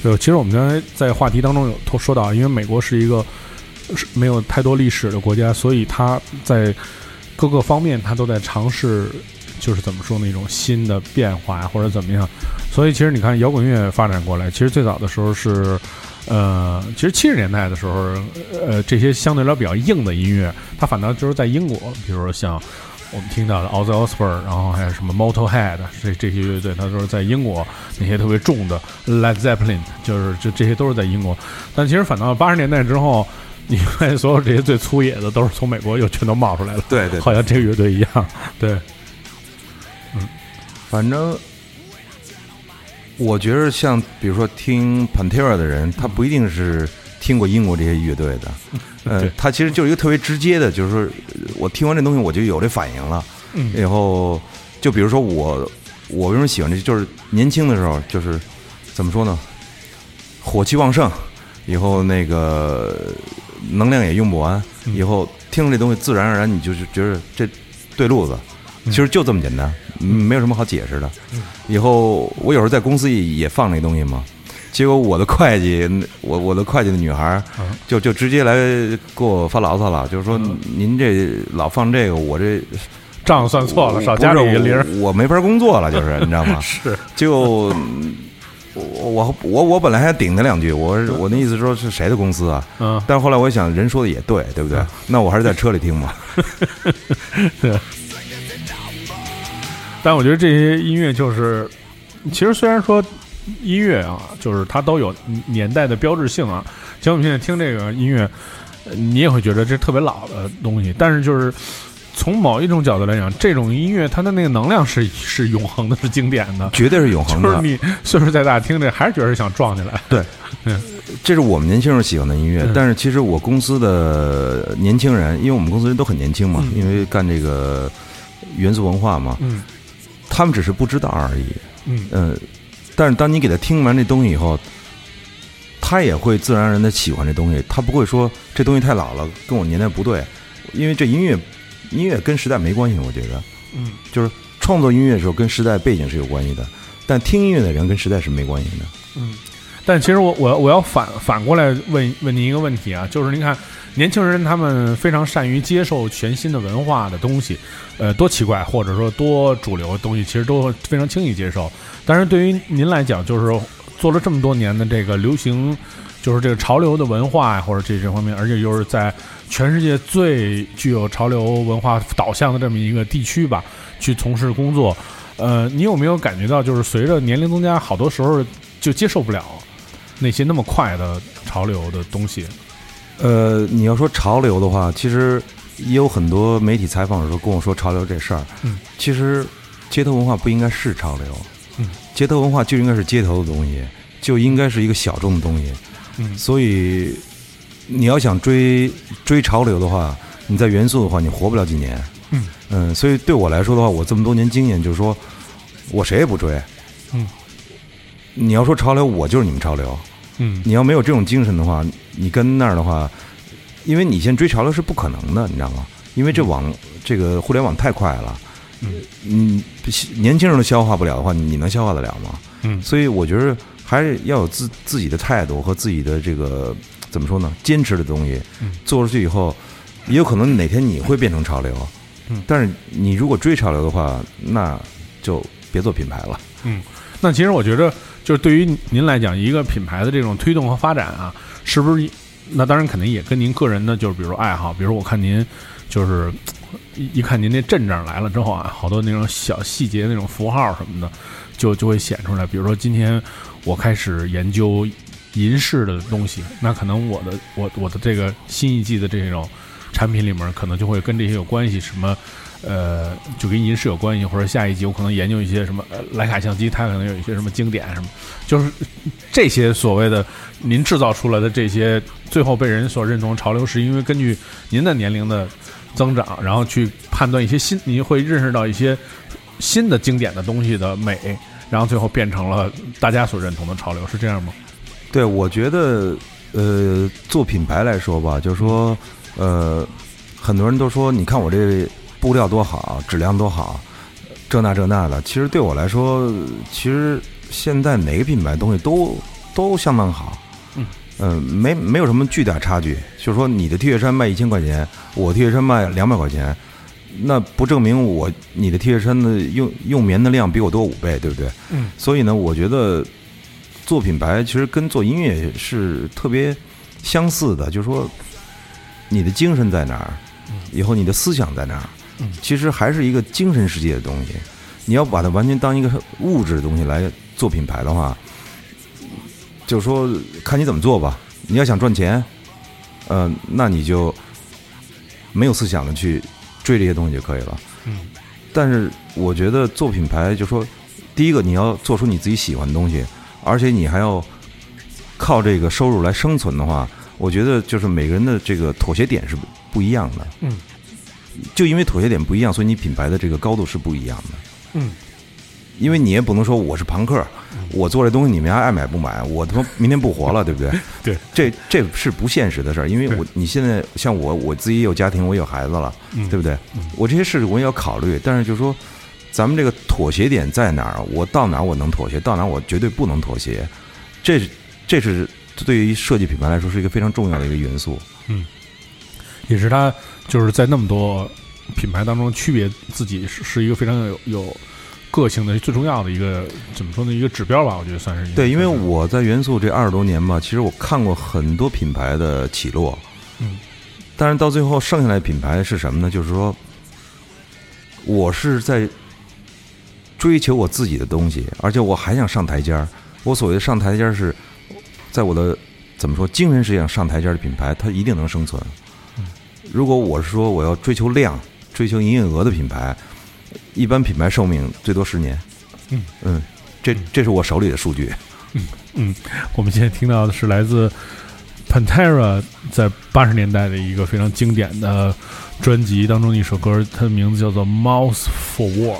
对，其实我们刚才在话题当中有说到，因为美国是一个没有太多历史的国家，所以它在各个方面它都在尝试，就是怎么说那种新的变化或者怎么样。所以其实你看摇滚乐发展过来，其实最早的时候是呃，其实七十年代的时候，呃，这些相对来比较硬的音乐，它反倒就是在英国，比如说像我们听到的 Ozzy Osbourne， 然后还有什么 Motorhead， 这这些乐队，它都是在英国。那些特别重的 Led Zeppelin， 就是就这些都是在英国。但其实反到八十年代之后，你发现所有这些最粗野的都是从美国又全都冒出来了。 对 对, 对， 好像这个乐队一样。对， 嗯，反正我觉得像比如说听 Pantera 的人，他不一定是听过英国这些乐队的。呃，他其实就是一个特别直接的，就是说我听完这东西我就有这反应了。嗯，然后就比如说我我为什么喜欢这，就是年轻的时候，就是怎么说呢，火气旺盛，以后那个能量也用不完，以后听这东西自然而然你就是觉得这对路子，其实就这么简单，没有什么好解释的。以后我有时候在公司也也放这东西嘛。结果我的会计，我我的会计的女孩，就就直接来给我发牢骚了，就是说您这老放这个，我这账算错了，少加了一个零， 我没法工作了，就是你知道吗？ 是， 就我我我我本来还顶他两句，我我那意思说是谁的公司啊？嗯，但是后来我一想，人说的也对，对不对？那我还是在车里听吧。 对。但我觉得这些音乐就是，其实虽然说。音乐啊，就是它都有年代的标志性啊。像我们现在听这个音乐，你也会觉得这特别老的东西，但是就是从某一种角度来讲，这种音乐它的那个能量是是永恒的，是经典的， 绝对是永恒的。 就是你岁数再大听这，还是觉得想撞起来。 对，嗯，这是我们年轻人喜欢的音乐。嗯、但是其实我公司的年轻人，因为我们公司人都很年轻嘛，嗯、因为干这个元素文化嘛，嗯，他们只是不知道而已。嗯嗯。呃但是当你给他听完这东西以后，他也会自然而然的喜欢这东西，他不会说这东西太老了，跟我年代不对，因为这音乐音乐跟时代没关系，我觉得，嗯，就是创作音乐的时候跟时代背景是有关系的，但听音乐的人跟时代是没关系的， 嗯。但其实我我我要反反过来问问您一个问题啊，就是您看年轻人他们非常善于接受全新的文化的东西，呃，多奇怪或者说多主流的东西，其实都非常轻易接受。但是对于您来讲，就是做了这么多年的这个流行，就是这个潮流的文化或者这这方面，而且又是在全世界最具有潮流文化导向的这么一个地区吧，去从事工作。呃，你有没有感觉到，就是随着年龄增加，好多时候就接受不了那些那么快的潮流的东西？ 呃，你要说潮流的话，其实也有很多媒体采访的时候跟我说潮流这事儿。嗯，其实街头文化不应该是潮流。嗯，街头文化就应该是街头的东西，就应该是一个小众的东西。嗯，所以你要想追追潮流的话，你在元素的话，你活不了几年。嗯嗯，所以对我来说的话，我这么多年经验就是说，我谁也不追。嗯，你要说潮流，我就是你们潮流。嗯，你要没有这种精神的话，你跟那儿的话，因为你先追潮流是不可能的，你知道吗？因为这网这个互联网太快了。嗯，嗯，年轻人都消化不了的话，你能消化得了吗？嗯，所以我觉得还是要有自自己的态度和自己的这个怎么说呢？坚持的东西，嗯，做出去以后，也有可能哪天你会变成潮流。嗯，但是你如果追潮流的话，那就别做品牌了。 嗯，那其实我觉得，就是对于您来讲，一个品牌的这种推动和发展啊，是不是？那当然肯定也跟您个人的，就是比如说爱好，比如我看您就是一一看您那阵仗来了之后啊，好多那种小细节那种符号什么的，就就会显出来。比如说今天我开始研究银饰的东西，那可能我的我我的这个新一季的这种产品里面，可能就会跟这些有关系，什么呃，就跟银饰有关系，或者下一集我可能研究一些什么呃徕卡相机，它可能有一些什么经典什么，就是这些所谓的您制造出来的这些，最后被人所认同潮流，是因为根据您的年龄的增长，然后去判断一些新，你会认识到一些新的经典的东西的美，然后最后变成了大家所认同的潮流，是这样吗？ 对，我觉得呃，做品牌来说吧，就是说呃，很多人都说，你看我这布料多好，质量多好，这那这那的。其实对我来说，其实现在哪个品牌东西都都相当好。 嗯， 呃，没没有什么巨大差距。就是说，你的 T 恤衫卖一千块钱，我 T 恤衫卖两百块钱，那不证明我你的 T 恤衫的用用棉的量比我多五倍，对不对？ 嗯， 所以呢，我觉得做品牌其实跟做音乐是特别相似的，就是说你的精神在哪儿，以后你的思想在哪儿，其实还是一个精神世界的东西。你要把它完全当一个物质的东西来做品牌的话，就是说看你怎么做吧。你要想赚钱，呃，那你就没有思想的去追这些东西就可以了。 嗯， 但是我觉得做品牌，就说第一个你要做出你自己喜欢的东西，而且你还要靠这个收入来生存的话，我觉得就是每个人的这个妥协点是不一样的。 嗯， 就因为妥协点不一样，所以你品牌的这个高度是不一样的。 嗯， 因为你也不能说我是朋克，我做这东西你们还爱买不买，我他妈明天不活了，对不对？ 对， 这这是不现实的事儿。因为我你现在像我，我自己也有家庭，我也有孩子了， 嗯、 对不对？我这些事我也要考虑，但是就是说，咱们这个妥协点在哪儿？我到哪儿我能妥协，到哪儿我绝对不能妥协。这这是对于设计品牌来说是一个非常重要的一个元素。 嗯，也是它就是在那么多品牌当中区别自己是是一个非常有有个性的最重要的一个怎么说呢一个指标吧，我觉得算是。 对，因为我在元素这二十多年吧，其实我看过很多品牌的起落， 嗯， 但是到最后剩下来的品牌是什么呢？就是说，我是在追求我自己的东西，而且我还想上台阶儿。我所谓的上台阶儿是在我的怎么说精神世界上上台阶儿的品牌，它一定能生存。如果我是说我要追求量、追求营业额的品牌，一般品牌寿命最多十年。 嗯嗯，这这是我手里的数据。 嗯嗯，我们现在听到的是来自 Pantera 在八十年代的一个非常经典的专辑当中的一首歌，它的名字叫做《Mouth for War》。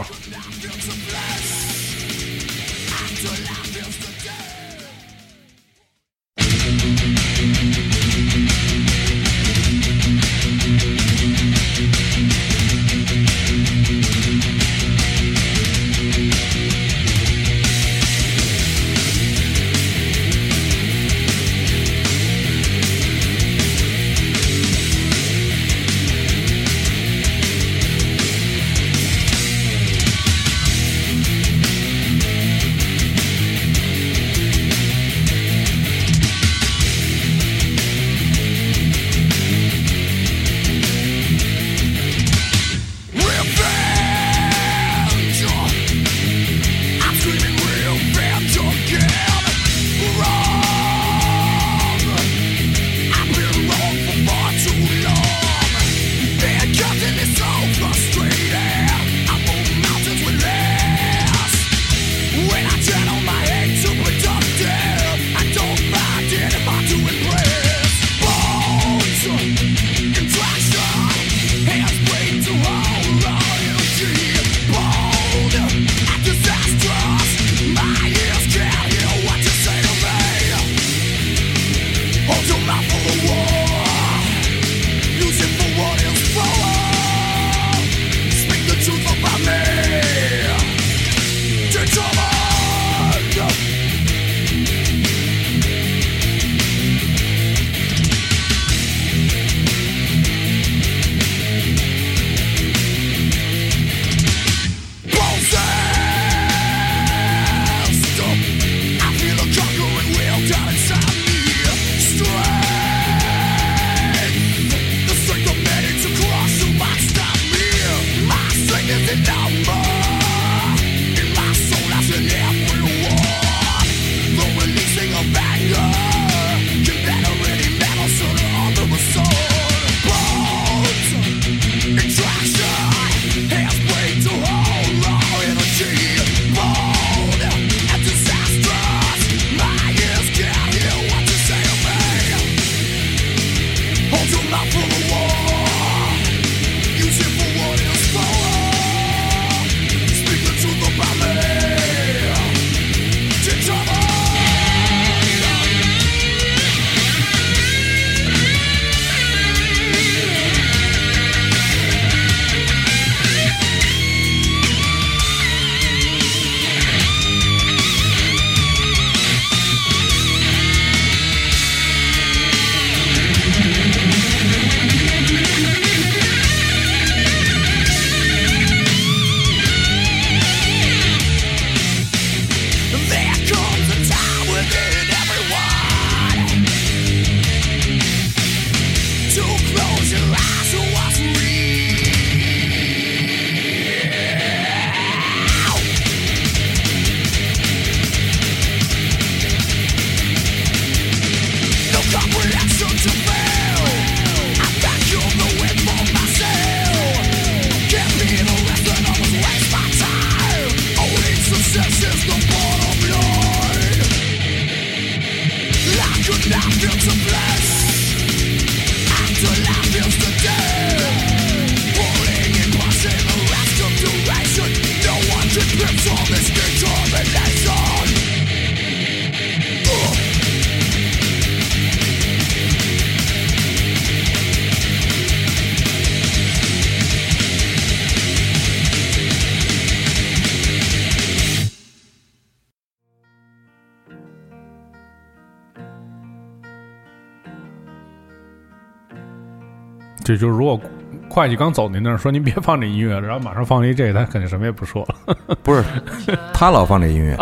这就是如果会计刚走您那儿说您别放这音乐了，然后马上放一这，他肯定什么也不说了。 不是，他老放这音乐。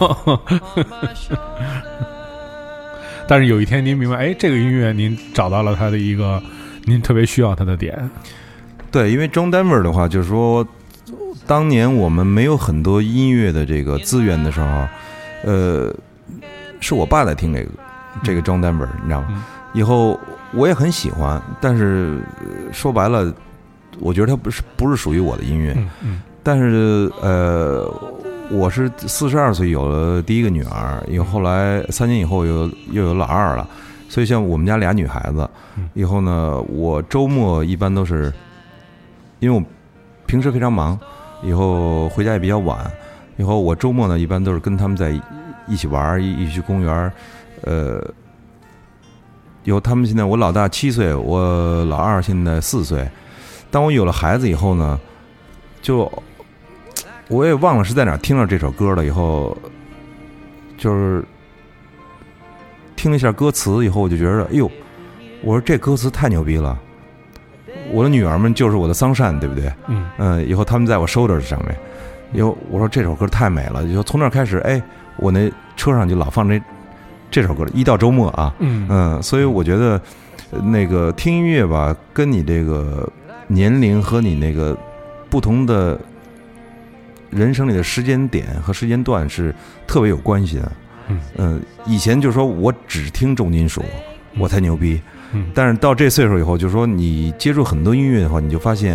但是有一天您明白，哎，这个音乐您找到了他的一个您特别需要他的点。 对，因为 John Denver 的话，就是说，当年我们没有很多音乐的这个资源的时候，呃，是我爸在听这个这个 John Denver， 你知道吗？嗯、以后我也很喜欢，但是说白了，我觉得它不是不是属于我的音乐。 嗯嗯、 但是呃，我是四十二岁有了第一个女儿，以后后来三年以后又又有老二了，所以像我们家俩女孩子，以后呢，我周末一般都是。因为我平时非常忙，以后回家也比较晚，以后我周末呢一般都是跟他们在一起玩，一起去公园。呃，以后他们现在我老大七岁，我老二现在四岁。当我有了孩子以后呢，就我也忘了是在哪听到这首歌了。以后就是听了一下歌词以后，我就觉得，哎呦，我说这歌词太牛逼了。我的女儿们就是我的桑葚，对不对？ 嗯嗯、呃，以后他们在我 shoulder 上面，以后我说这首歌太美了，以后从那开始，哎，我那车上就老放这这首歌，一到周末啊， 嗯嗯、呃，所以我觉得那个听音乐吧，跟你这个年龄和你那个不同的人生里的时间点和时间段是特别有关系的。 嗯嗯、呃，以前就是说我只听重金属，我才牛逼。 嗯， 但是到这岁数以后，就是说你接触很多音乐的话，你就发现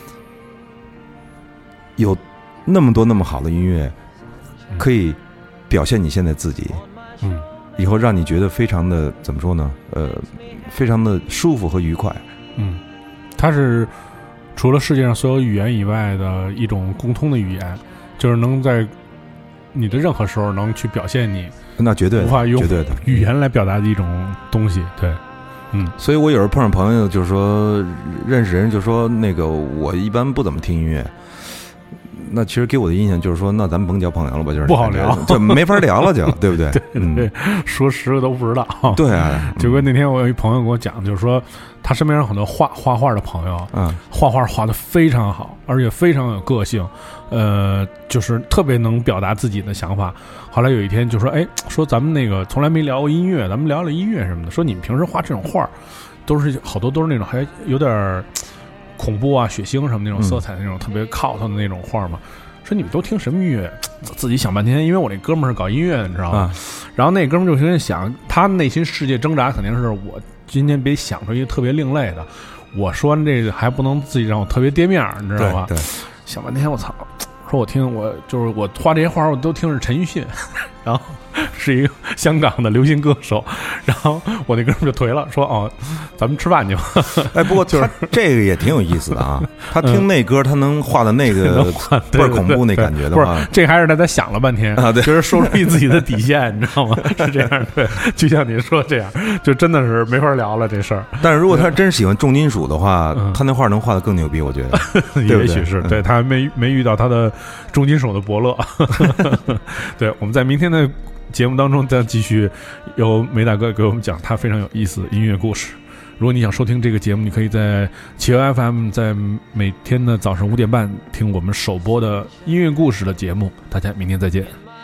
有那么多那么好的音乐，可以表现你现在自己。 嗯， 以后让你觉得非常的怎么说呢？呃，非常的舒服和愉快。 嗯，它是除了世界上所有语言以外的一种共通的语言，就是能在你的任何时候能去表现你， 那绝对的无法用绝对的语言来表达的一种东西。对。嗯， 所以我有时候碰上朋友，就是说认识人，就说那个我一般不怎么听音乐。那其实给我的印象就是说，那咱们甭交朋友了吧，就是不好聊， 就没法聊了就，就对不对？ 对对， 嗯、 说十个都不知道。 对啊， 就跟那天我有一朋友跟我讲，就是说他身边有很多画画画的朋友， 嗯， 画画画得非常好，而且非常有个性，呃，就是特别能表达自己的想法。后来有一天就说，哎，说咱们那个从来没聊过音乐，咱们聊聊音乐什么的。说你们平时画这种画，都是好多都是那种还有点恐怖啊、血腥什么那种色彩的那种、嗯、特别靠头的那种画嘛。说你们都听什么音乐？自己想半天，因为我那哥们儿是搞音乐的，你知道吗？啊、然后那哥们儿就在想，他内心世界挣扎肯定是我今天别想出一个特别另类的。我说完这个还不能自己让我特别跌面，你知道吧？ 对，对想半天，我操！说我听我就是我画这些画，我都听是陈奕迅，然后是一个香港的流行歌手，然后我那哥们就颓了，说哦，咱们吃饭去吧。 哎，不过他这个也挺有意思的啊，他听那歌，他能画的那个倍儿恐怖那感觉的话， 不是这还是他他想了半天啊，对， 就是说出自己的底线，你知道吗？是这样，对，就像你说这样，就真的是没法聊了这事儿。 但是如果他真喜欢重金属的话，他那画能画的更牛逼，我觉得， 也许是对他没没遇到他的重金属的伯乐。对，我们在明天的节目当中再继续由梅大哥给我们讲他非常有意思的音乐故事。如果你想收听这个节目，你可以在企鹅 F M 在每天的早上五点半听我们首播的音乐故事的节目。大家明天再见。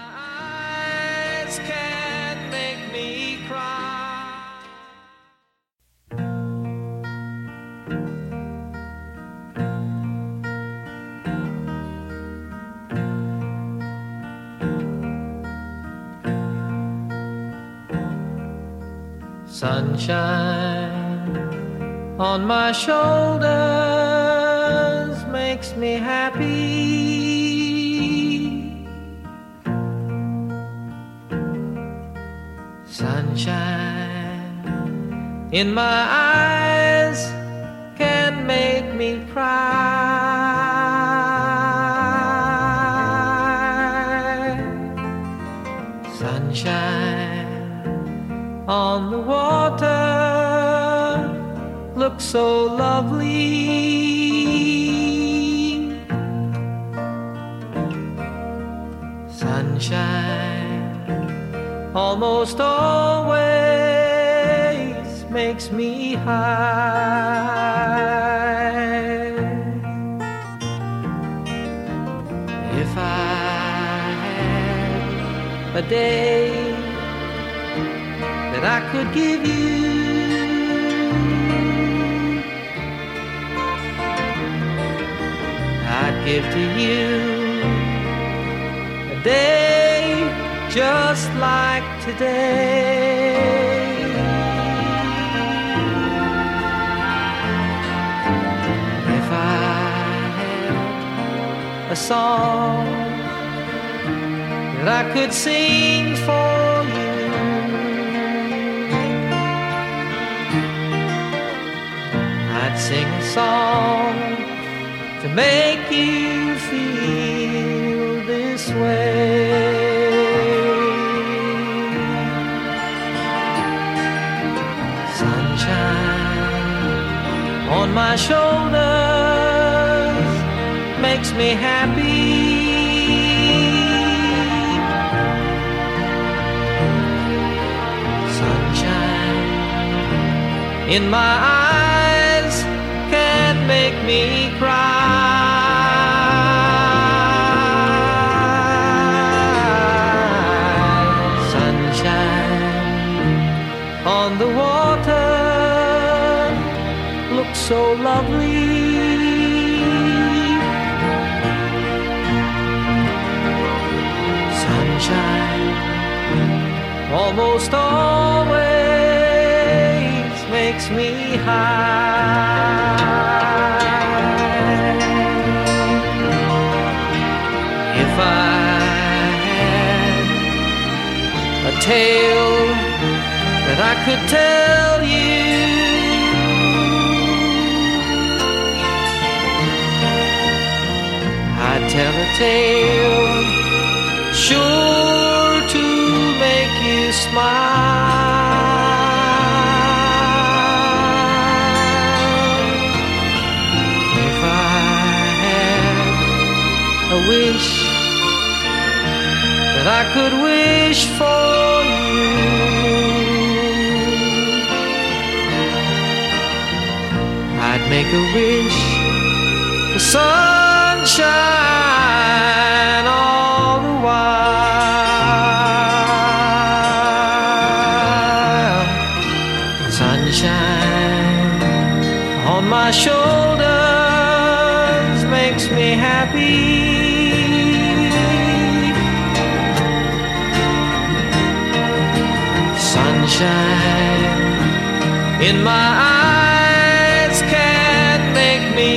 Sunshine on my shoulders makes me happy. Sunshine in my eyes can make me cry. Sunshine on the water looks so lovely. Sunshine almost always makes me high. If I had a day that I could give you, I'd give to you a day just like today. If I had a song that I could sing for you, I'd sing a song to make you feel this way. Sunshine on my shoulders makes me happy. Sunshine in my eyes can make me cry. On the water looks so lovely. Sunshine almost always makes me high. If I had a tale that I could tell you, I'd tell a tale sure to make you smile. If I had a wish that I could wish for you, I'd make a wish for sunshine all the while. Sunshine on my shoulders makes me happy. Sunshine in my eyes can make me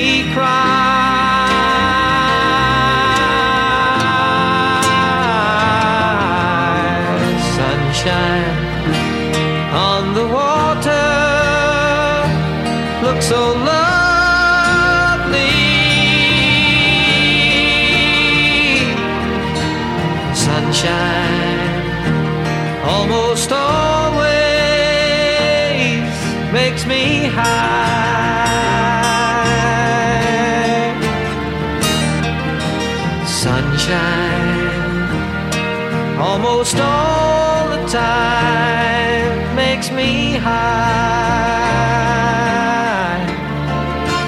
cry. Sunshine on the water looks so lovely. Sunshine almost always makes me high. Sunshine almost all the time makes me high.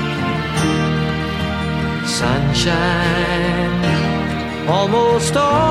Sunshine almost all